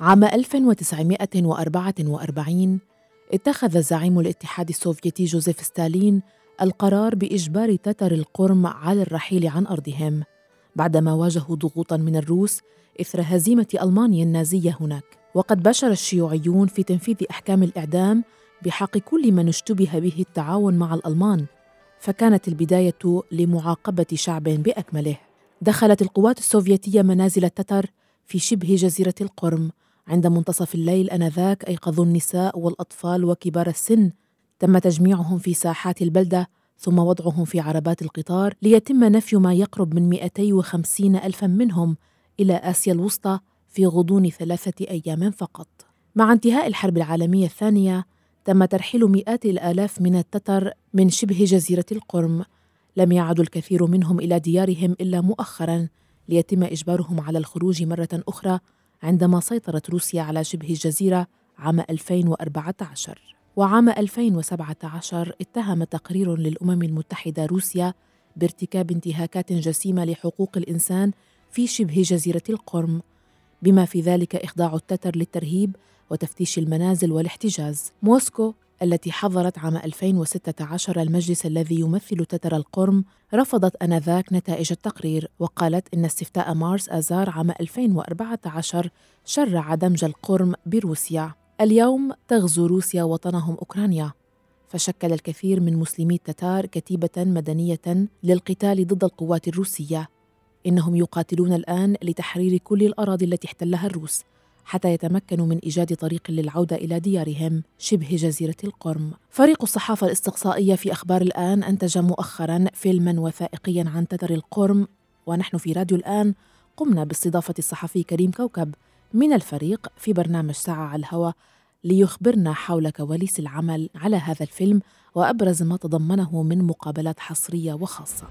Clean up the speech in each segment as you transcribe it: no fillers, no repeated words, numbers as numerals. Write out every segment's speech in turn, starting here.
عام 1944 اتخذ زعيم الاتحاد السوفيتي جوزيف ستالين القرار بإجبار تتر القرم على الرحيل عن أرضهم بعدما واجهوا ضغوطاً من الروس إثر هزيمة ألمانيا النازية هناك. وقد بشر الشيوعيون في تنفيذ أحكام الإعدام بحق كل من اشتبه به التعاون مع الألمان، فكانت البداية لمعاقبة شعب بأكمله. دخلت القوات السوفيتية منازل التتر في شبه جزيرة القرم. عند منتصف الليل آنذاك أيقظوا النساء والأطفال وكبار السن. تم تجميعهم في ساحات البلدة ثم وضعهم في عربات القطار ليتم نفي ما يقرب من 250 ألفاً منهم إلى آسيا الوسطى في غضون 3 أيام فقط. مع انتهاء الحرب العالمية الثانية تم ترحيل مئات الآلاف من التتر من شبه جزيرة القرم. لم يعد الكثير منهم إلى ديارهم إلا مؤخراً ليتم إجبارهم على الخروج مرة أخرى عندما سيطرت روسيا على شبه الجزيرة عام 2014. وعام 2017 اتهم تقرير للأمم المتحدة روسيا بارتكاب انتهاكات جسيمة لحقوق الإنسان في شبه جزيرة القرم، بما في ذلك إخضاع التتر للترهيب وتفتيش المنازل والاحتجاز. موسكو التي حظرت عام 2016 المجلس الذي يمثل تتر القرم رفضت آنذاك نتائج التقرير، وقالت إن استفتاء مارس آذار عام 2014 شرع دمج القرم بروسيا. اليوم تغزو روسيا وطنهم أوكرانيا، فشكل الكثير من مسلمي التتار كتيبة مدنية للقتال ضد القوات الروسية. إنهم يقاتلون الآن لتحرير كل الأراضي التي احتلها الروس حتى يتمكنوا من إيجاد طريق للعودة إلى ديارهم شبه جزيرة القرم. فريق الصحافة الاستقصائية في أخبار الآن أنتج مؤخراً فيلماً وثائقياً عن تتر القرم، ونحن في راديو الآن قمنا باستضافة الصحفي كريم كوكب من الفريق في برنامج ساعة على الهواء ليخبرنا حول كواليس العمل على هذا الفيلم وأبرز ما تضمنه من مقابلات حصرية وخاصة.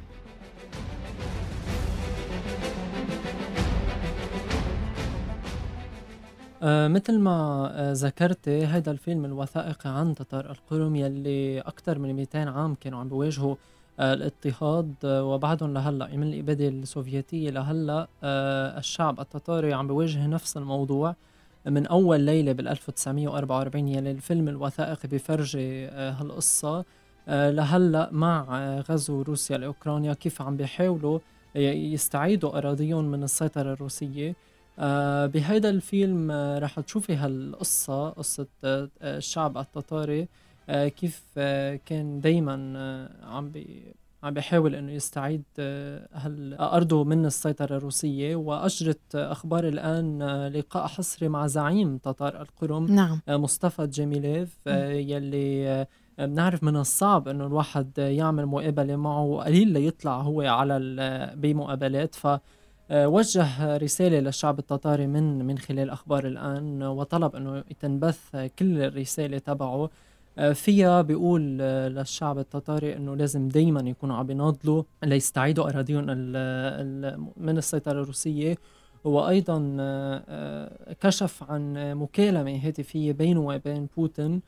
مثل ما ذكرتي، هيدا الفيلم الوثائقي عن تتار القرم يلي أكتر من 200 عام كانوا عم بيواجهوا الاضطهاد، وبعدهم لهلا من الإبادة السوفيتية لهلا الشعب التتاري عم بيواجه نفس الموضوع من أول ليلة بال 1944 يلي الفيلم الوثائقي بيفرجي هالقصة لهلا مع غزو روسيا لأوكرانيا كيف عم بيحاولوا يستعيدوا أراضيهم من السيطرة الروسية. بهيدا الفيلم رح تشوفي هالقصة، قصة الشعب التتاري، كيف كان دايما عم بيحاول انه يستعيد أرضه من السيطرة الروسية. وأجرت أخبار الآن لقاء حصري مع زعيم تتار القرم نعم. مصطفى جميليف، يلي بنعرف من الصعب انه الواحد يعمل مقابلة معه، وقليل ليطلع هو على بمقابلات. وجه رسالة للشعب التتاري من خلال أخبار الآن، وطلب أنه تنبث كل الرسالة تبعه. فيها بيقول للشعب التتاري أنه لازم دايما يكونوا عم بيناضلوا ليستعيدوا أراضيهم من السيطرة الروسية. وأيضا كشف عن مكالمة هاتفية بينه وبين بوتين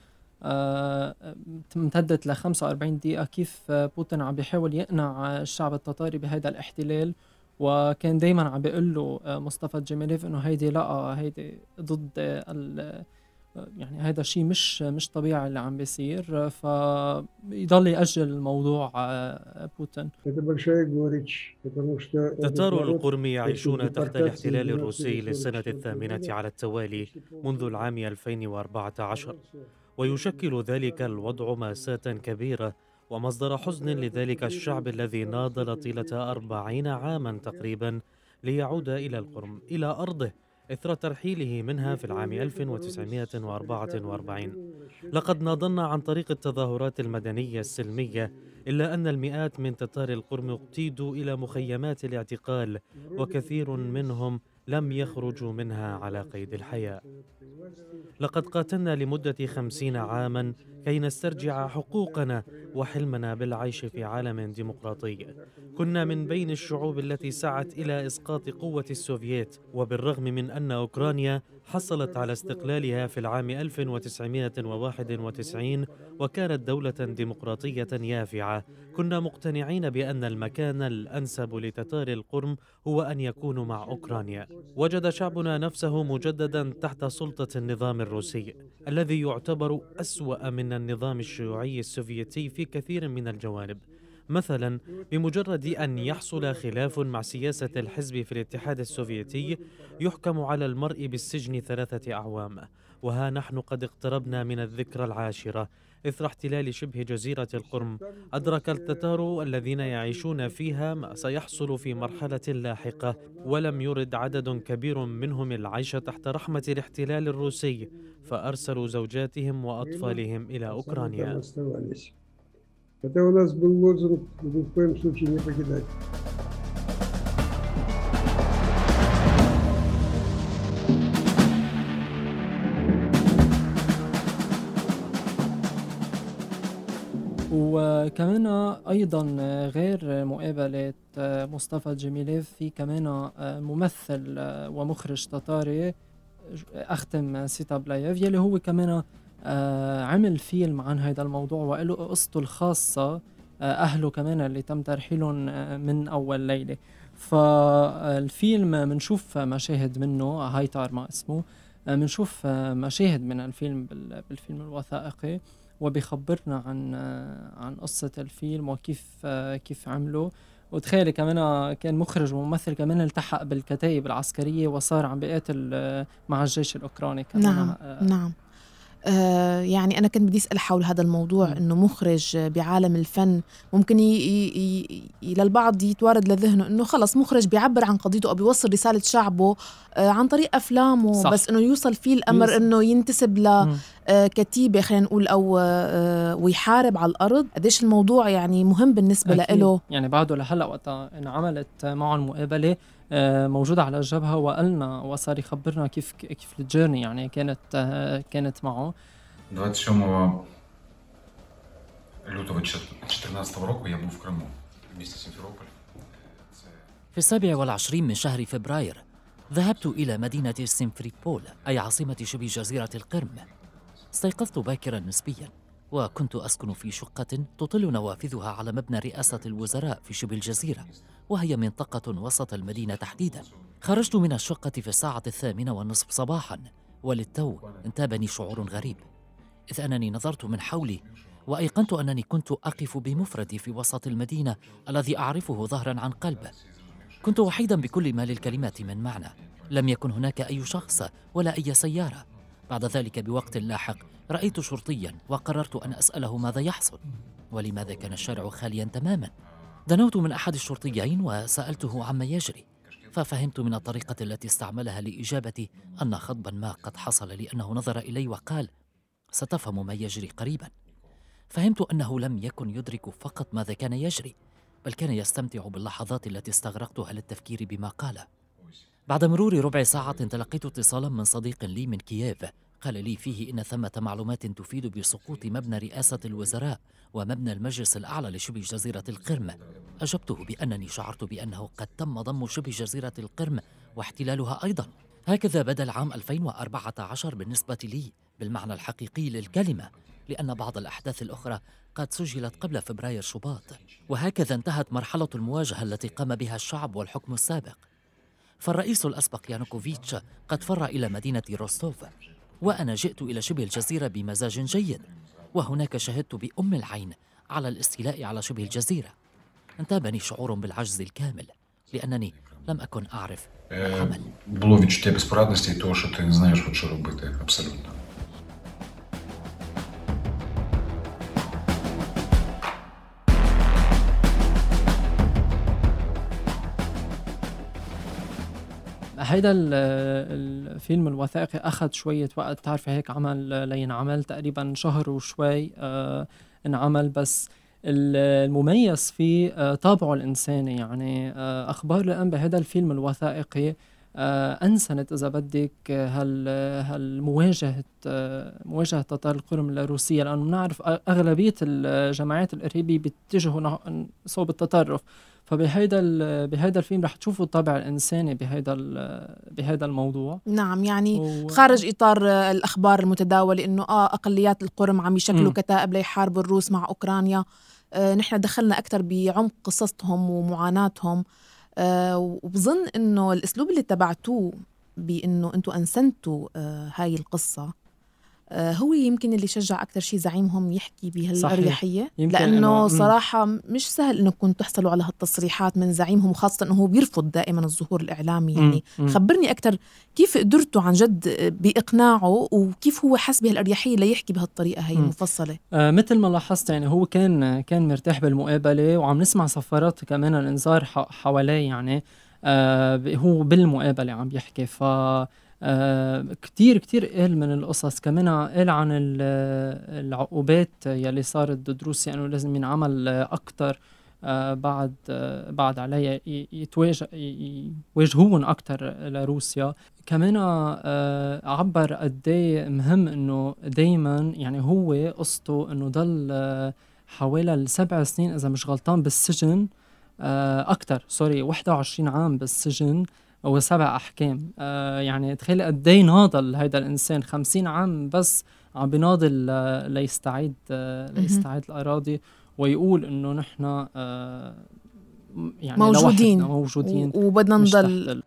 امتدت ل 45 دقيقة، كيف بوتين عم بيحاول يقنع الشعب التتاري بهذا الاحتلال. وكان دايما عم بيقول له مصطفى جميليف انه هيدي لا، هيدي ضد يعني هيدا الشيء مش طبيعي اللي عم بيصير، فيضل يأجل الموضوع بوتين. تتار القرم يعيشون تحت الاحتلال الروسي للسنة الثامنة على التوالي منذ العام 2014، ويشكل ذلك الوضع مأساة كبيرة ومصدر حزن لذلك الشعب الذي ناضل طيلة 40 عاما تقريبا ليعود إلى القرم، إلى أرضه، إثر ترحيله منها في العام 1944. لقد ناضلنا عن طريق التظاهرات المدنية السلمية، إلا أن المئات من تتار القرم اقتيدوا إلى مخيمات الاعتقال، وكثير منهم لم يخرجوا منها على قيد الحياة. لقد قاتلنا لمدة 50 عاما كي نسترجع حقوقنا وحلمنا بالعيش في عالم ديمقراطي. كنا من بين الشعوب التي سعت إلى إسقاط قوة السوفييت، وبالرغم من أن أوكرانيا حصلت على استقلالها في العام 1991 وكانت دولة ديمقراطية يافعة. كنا مقتنعين بأن المكان الأنسب لتتار القرم هو أن يكونوا مع أوكرانيا. وجد شعبنا نفسه مجددا تحت سلطة النظام الروسي الذي يعتبر أسوأ من النظام الشيوعي السوفيتي في كثير من الجوانب. مثلا، بمجرد أن يحصل خلاف مع سياسة الحزب في الاتحاد السوفيتي يحكم على المرء بالسجن 3 أعوام. وها نحن قد اقتربنا من الذكرى 10 إثر احتلال شبه جزيرة القرم. أدرك التتار الذين يعيشون فيها ما سيحصل في مرحلة لاحقة، ولم يرد عدد كبير منهم العيش تحت رحمة الاحتلال الروسي، فأرسلوا زوجاتهم وأطفالهم إلى أوكرانيا. Это у нас был лозунг ни в коем случае не покидать. وكمان أيضا غير مقابلة مصطفى جميليف في كمان ممثل ومخرج تتاري أختم سيتابلايف يلي هو كمان عمل فيلم عن هذا الموضوع وله قصته الخاصة، أهله كمان اللي تم ترحيلهم من أول ليلة. فالفيلم منشوف مشاهد منه، هايتار ما اسمه، منشوف مشاهد من الفيلم بالفيلم الوثائقي، وبيخبرنا عن قصة الفيلم وكيف عمله. وتخيلي كمان كان مخرج وممثل كمان التحق بالكتائب العسكرية وصار عم بيقاتل مع الجيش الأوكراني كمان. نعم. يعني أنا كنت بدي أسأل حول هذا الموضوع، إنه مخرج بعالم الفن ممكن للبعض يتوارد لذهنه إنه خلص مخرج بيعبر عن قضيته أو بيوصل رسالة شعبه عن طريق أفلامه، صح. بس إنه يوصل فيه الأمر إنه ينتسب لكتيبة خلينا نقول أو ويحارب على الأرض. قديش الموضوع يعني مهم بالنسبة له. يعني بعده لهلأ وقتها إن عملت معه المقابلة موجودة على الجبهة، وقالنا وصار يخبرنا كيف الجيرني يعني كانت معه. 27 лютого 2014 року я був в Криму в місті Сімферополь. في 27 من شهر فبراير ذهبت إلى مدينة سيمفريبول، أي عاصمة شبه جزيرة القرم. استيقظت باكرا نسبيا، وكنت أسكن في شقة تطل نوافذها على مبنى رئاسة الوزراء في شبه الجزيرة، وهي منطقة وسط المدينة تحديدا. خرجت من الشقة في 8:30 صباحا، وللتو انتابني شعور غريب، إذ أنني نظرت من حولي وأيقنت أنني كنت أقف بمفردي في وسط المدينة الذي أعرفه ظهرا عن قلب. كنت وحيدا بكل ما للكلمات من معنى، لم يكن هناك أي شخص ولا أي سيارة. بعد ذلك بوقت لاحق رأيت شرطيا وقررت أن أسأله ماذا يحصل ولماذا كان الشارع خاليا تماما. دنوت من أحد الشرطيين وسألته عما يجري، ففهمت من الطريقة التي استعملها لإجابتي أن خطبا ما قد حصل، لأنه نظر إلي وقال: ستفهم ما يجري قريبا. فهمت أنه لم يكن يدرك فقط ماذا كان يجري، بل كان يستمتع باللحظات التي استغرقتها للتفكير بما قاله. بعد مرور ربع ساعة تلقيت اتصالا من صديق لي من كييف، قال لي فيه إن ثمة معلومات تفيد بسقوط مبنى رئاسة الوزراء ومبنى المجلس الأعلى لشبه جزيرة القرم. أجبته بأنني شعرت بأنه قد تم ضم شبه جزيرة القرم واحتلالها أيضا. هكذا بدا العام 2014 بالنسبة لي بالمعنى الحقيقي للكلمة، لأن بعض الأحداث الأخرى قد سجلت قبل فبراير شباط. وهكذا انتهت مرحلة المواجهة التي قام بها الشعب والحكم السابق. فالرئيس الأسبق يانوكوفيتش قد فر إلى مدينة روستوف، وأنا جئت إلى شبه الجزيرة بمزاج جيد، وهناك شهدت بأم العين على الاستيلاء على شبه الجزيرة. انتابني شعور بالعجز الكامل، لأنني لم أكن أعرف العمل. Було відчуття безпорадності і того, що ти не знаєш, що робити абсолютно. هيدا الفيلم الوثائقي أخذ شوية وقت، تعرف هيك عمل لينعمل تقريبا شهر وشوي انعمل، بس المميز فيه طابعه الإنساني. يعني أخبار الآن بهذا الفيلم الوثائقي أنسنت إذا بدك مواجهة تتار القرم الروسية، لأنه نعرف أغلبية الجماعات الإرهابية بيتجهوا صوب التطرف، بهيدا الفيلم رح تشوفوا الطابع الإنساني بهيدا الموضوع. نعم، يعني خارج إطار الأخبار المتداولة إنه أقليات القرم عم يشكلوا كتائب ليحاربوا الروس مع أوكرانيا. نحن دخلنا أكتر بعمق قصصهم ومعاناتهم. وبظن إنه الأسلوب اللي تبعتوه بإنه أنتوا أنسنتوا هاي القصة هو يمكن اللي شجع أكتر شيء زعيمهم يحكي بهالأريحية، لأنه صراحة مش سهل إنكم تحصلوا على هالتصريحات من زعيمهم، وخاصة إنه هو بيرفض دائما الظهور الإعلامي. يعني خبرني أكتر كيف قدرتوا عن جد بإقناعه، وكيف هو حس بهالأريحية ليحكي بهالطريقة هاي المفصلة. مثل ما لاحظت يعني هو كان مرتاح بالمقابلة، وعم نسمع صفارات كمان الإنذار حواليه. يعني هو بالمقابلة عم بيحكي. كتير قال من القصص كمان، قال عن العقوبات يلي صارت ضد روسيا انه لازم ينعمل اكتر بعد عليها يواجهون اكتر لروسيا. كمان عبر قديه مهم انه دايما يعني هو قصته انه ضل حوالي 7 سنين اذا مش غلطان بالسجن، اكتر 21 عام بالسجن و7 أحكام. يعني تخيل قدي ناضل هيدا الإنسان 50 عام بس عم بيناضل ليستعيد الأراضي، ويقول إنه نحن يعني موجودين وبدنا نضل.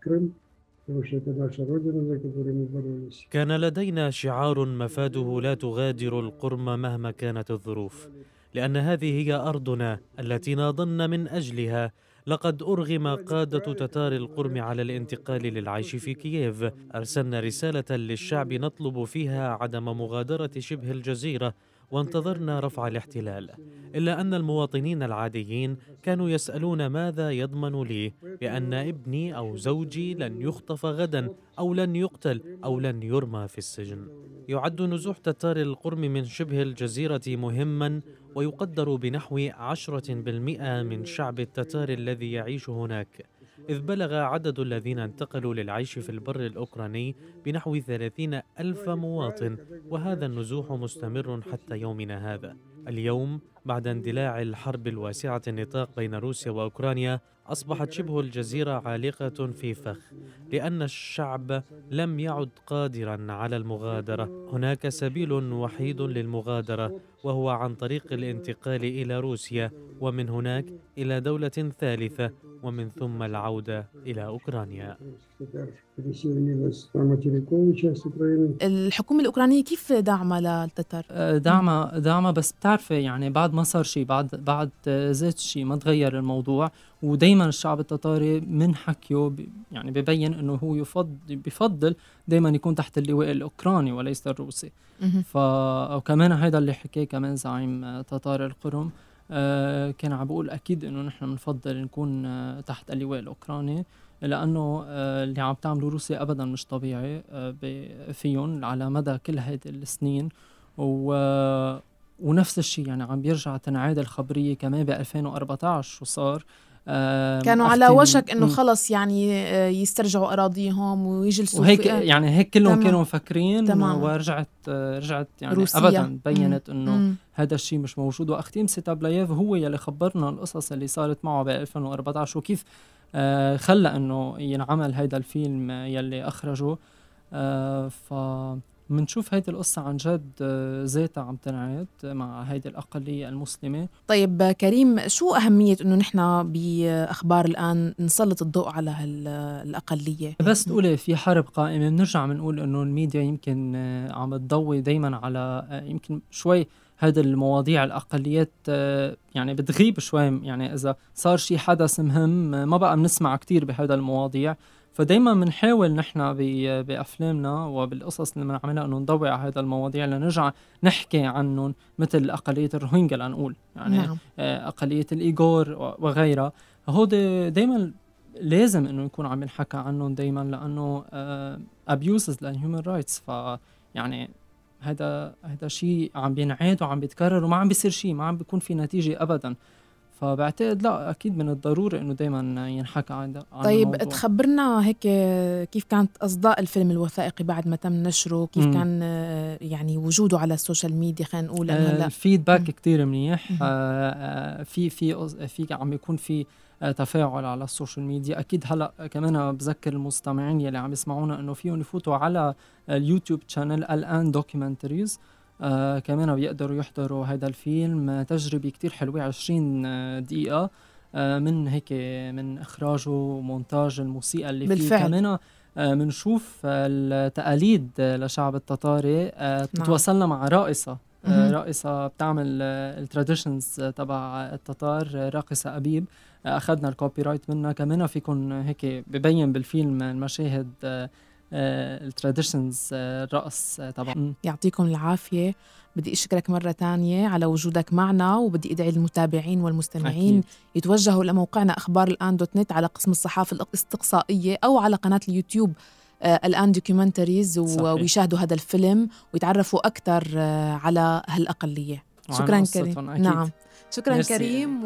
كان لدينا شعار مفاده لا تغادر القرم مهما كانت الظروف، لأن هذه هي أرضنا التي ناضلنا من أجلها. لقد أرغم قادة تتار القرم على الانتقال للعيش في كييف. أرسلنا رسالة للشعب نطلب فيها عدم مغادرة شبه الجزيرة، وانتظرنا رفع الاحتلال. إلا أن المواطنين العاديين كانوا يسألون ماذا يضمن لي بأن ابني أو زوجي لن يخطف غدا، أو لن يقتل، أو لن يرمى في السجن. يعد نزوح تتار القرم من شبه الجزيرة مهما، ويقدر بنحو 10% من شعب التتار الذي يعيش هناك، إذ بلغ عدد الذين انتقلوا للعيش في البر الأوكراني بنحو 30,000 مواطن. وهذا النزوح مستمر حتى يومنا هذا. اليوم بعد اندلاع الحرب الواسعة النطاق بين روسيا وأوكرانيا، أصبحت شبه الجزيرة عالقة في فخ، لأن الشعب لم يعد قادرا على المغادرة. هناك سبيل وحيد للمغادرة، وهو عن طريق الانتقال إلى روسيا، ومن هناك إلى دولة ثالثة، ومن ثم العودة إلى أوكرانيا. الحكومة الأوكرانية كيف دعمها للتتر؟ دعمها بس بتعرفي يعني بعد ما صار شيء، بعد زيت شيء ما تغير الموضوع. ودايما الشعب التتاري من حكيه يعني ببين انه هو بفضل دايما يكون تحت اللواء الأوكراني وليس الروسي. وكمان هيدا اللي حكيه كمان زعيم تتار القرم، كان عم بقول أكيد إنه نحن بنفضل نكون تحت اللواء الأوكراني، لأنه اللي عم تعمله روسيا أبدا مش طبيعي فيهم على مدى كل هيدي السنين. ونفس الشيء يعني عم بيرجع تنعاد الخبرية كمان ب 2014 وصار كانوا على وشك انه خلص يعني يسترجعوا اراضيهم ويجلسوا وهيك يعني هيك كلهم كانوا مفكرين. ورجعت يعني روسيا. ابدا بينت انه هذا الشيء مش موجود. واختيم سيتابلاييف هو يلي خبرنا القصص اللي صارت معه ب 2014 وكيف خلى انه ينعمل هيدا الفيلم يلي اخرجه. منشوف هيدي القصة عن جد ذاتها عم تنعاد مع هيدي الأقلية المسلمة. طيب كريم، شو أهمية إنه نحن بأخبار الآن نسلط الضوء على الأقلية؟ بس تقولي في حرب قائمة، بنرجع بنقول إنه الميديا يمكن عم تضوي دايما على يمكن شوي هذه المواضيع الأقليات يعني بتغيب شوي. يعني إذا صار شي حدث مهم ما بقى بنسمع كتير بهذا المواضيع. فدايما بنحاول نحن بأفلامنا وبالقصص اللي بنعملها إنه نضوي على هذا المواضيع لنرجع نحكي عنهم، مثل أقلية الروهينجا لنقول يعني نعم. أقلية الإيغور وغيرها. هودي دايما لازم إنه يكون عم ينحكى عنهم دايما، لأنه abuses للhuman rights. فيعني هذا شيء عم بينعاد وعم بيتكرر وما عم بيصير شيء، ما عم بيكون في نتيجة أبدا. فبعتقد لا، أكيد من الضروري إنه دايما ينحكى عن طيب الموضوع. تخبرنا هيك كيف كانت أصداء الفيلم الوثائقي بعد ما تم نشره، كيف كان يعني وجوده على السوشيال ميديا؟ خلينا نقول الفيدباك كتير منيح. في عم يكون في تفاعل على السوشيال ميديا. أكيد هلأ كمان بذكر المستمعين يلي عم يسمعونا إنه فيهم يفوتوا على اليوتيوب شانل الآن دوكيومنتريز، كمان بيقدروا يحضروا هذا الفيلم. تجربة كتير حلوة، 20 دقيقة من هيك من إخراجه ومونتاج الموسيقى اللي بالفعل. فيه. كمان منشوف التقاليد لشعب التتاري. بتواصلنا مع رائصة رائصة بتعمل التراديشنز تبع التتار، راقصة أبيب. أخذنا الكوبي رايت منها. كمان فيكن هيك ببين بالفيلم المشاهد التراديشنز، الرقص تبع. يعطيكم العافية. بدي أشكرك مرة تانية على وجودك معنا، وبدي أدعي المتابعين والمستمعين أكيد. يتوجهوا لموقعنا أخبار الآن .net على قسم الصحافة الاستقصائية، أو على قناة اليوتيوب الآن دوكيومنتريز، ويشاهدوا هذا الفيلم ويتعرفوا أكثر على هالأقلية. شكرا كريم. نعم شكرا ميرسي. كريم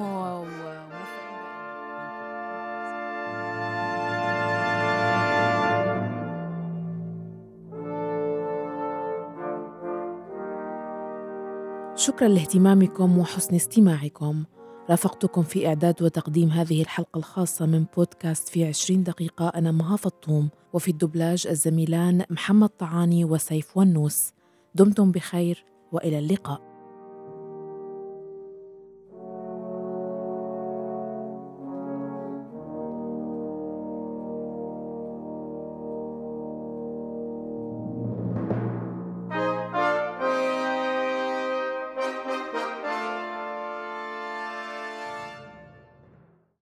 شكرا لاهتمامكم وحسن استماعكم. رافقتكم في إعداد وتقديم هذه الحلقة الخاصة من بودكاست في 20 دقيقة أنا مها فطوم، وفي الدبلاج الزميلان محمد طعاني وسيف ونوس. دمتم بخير وإلى اللقاء.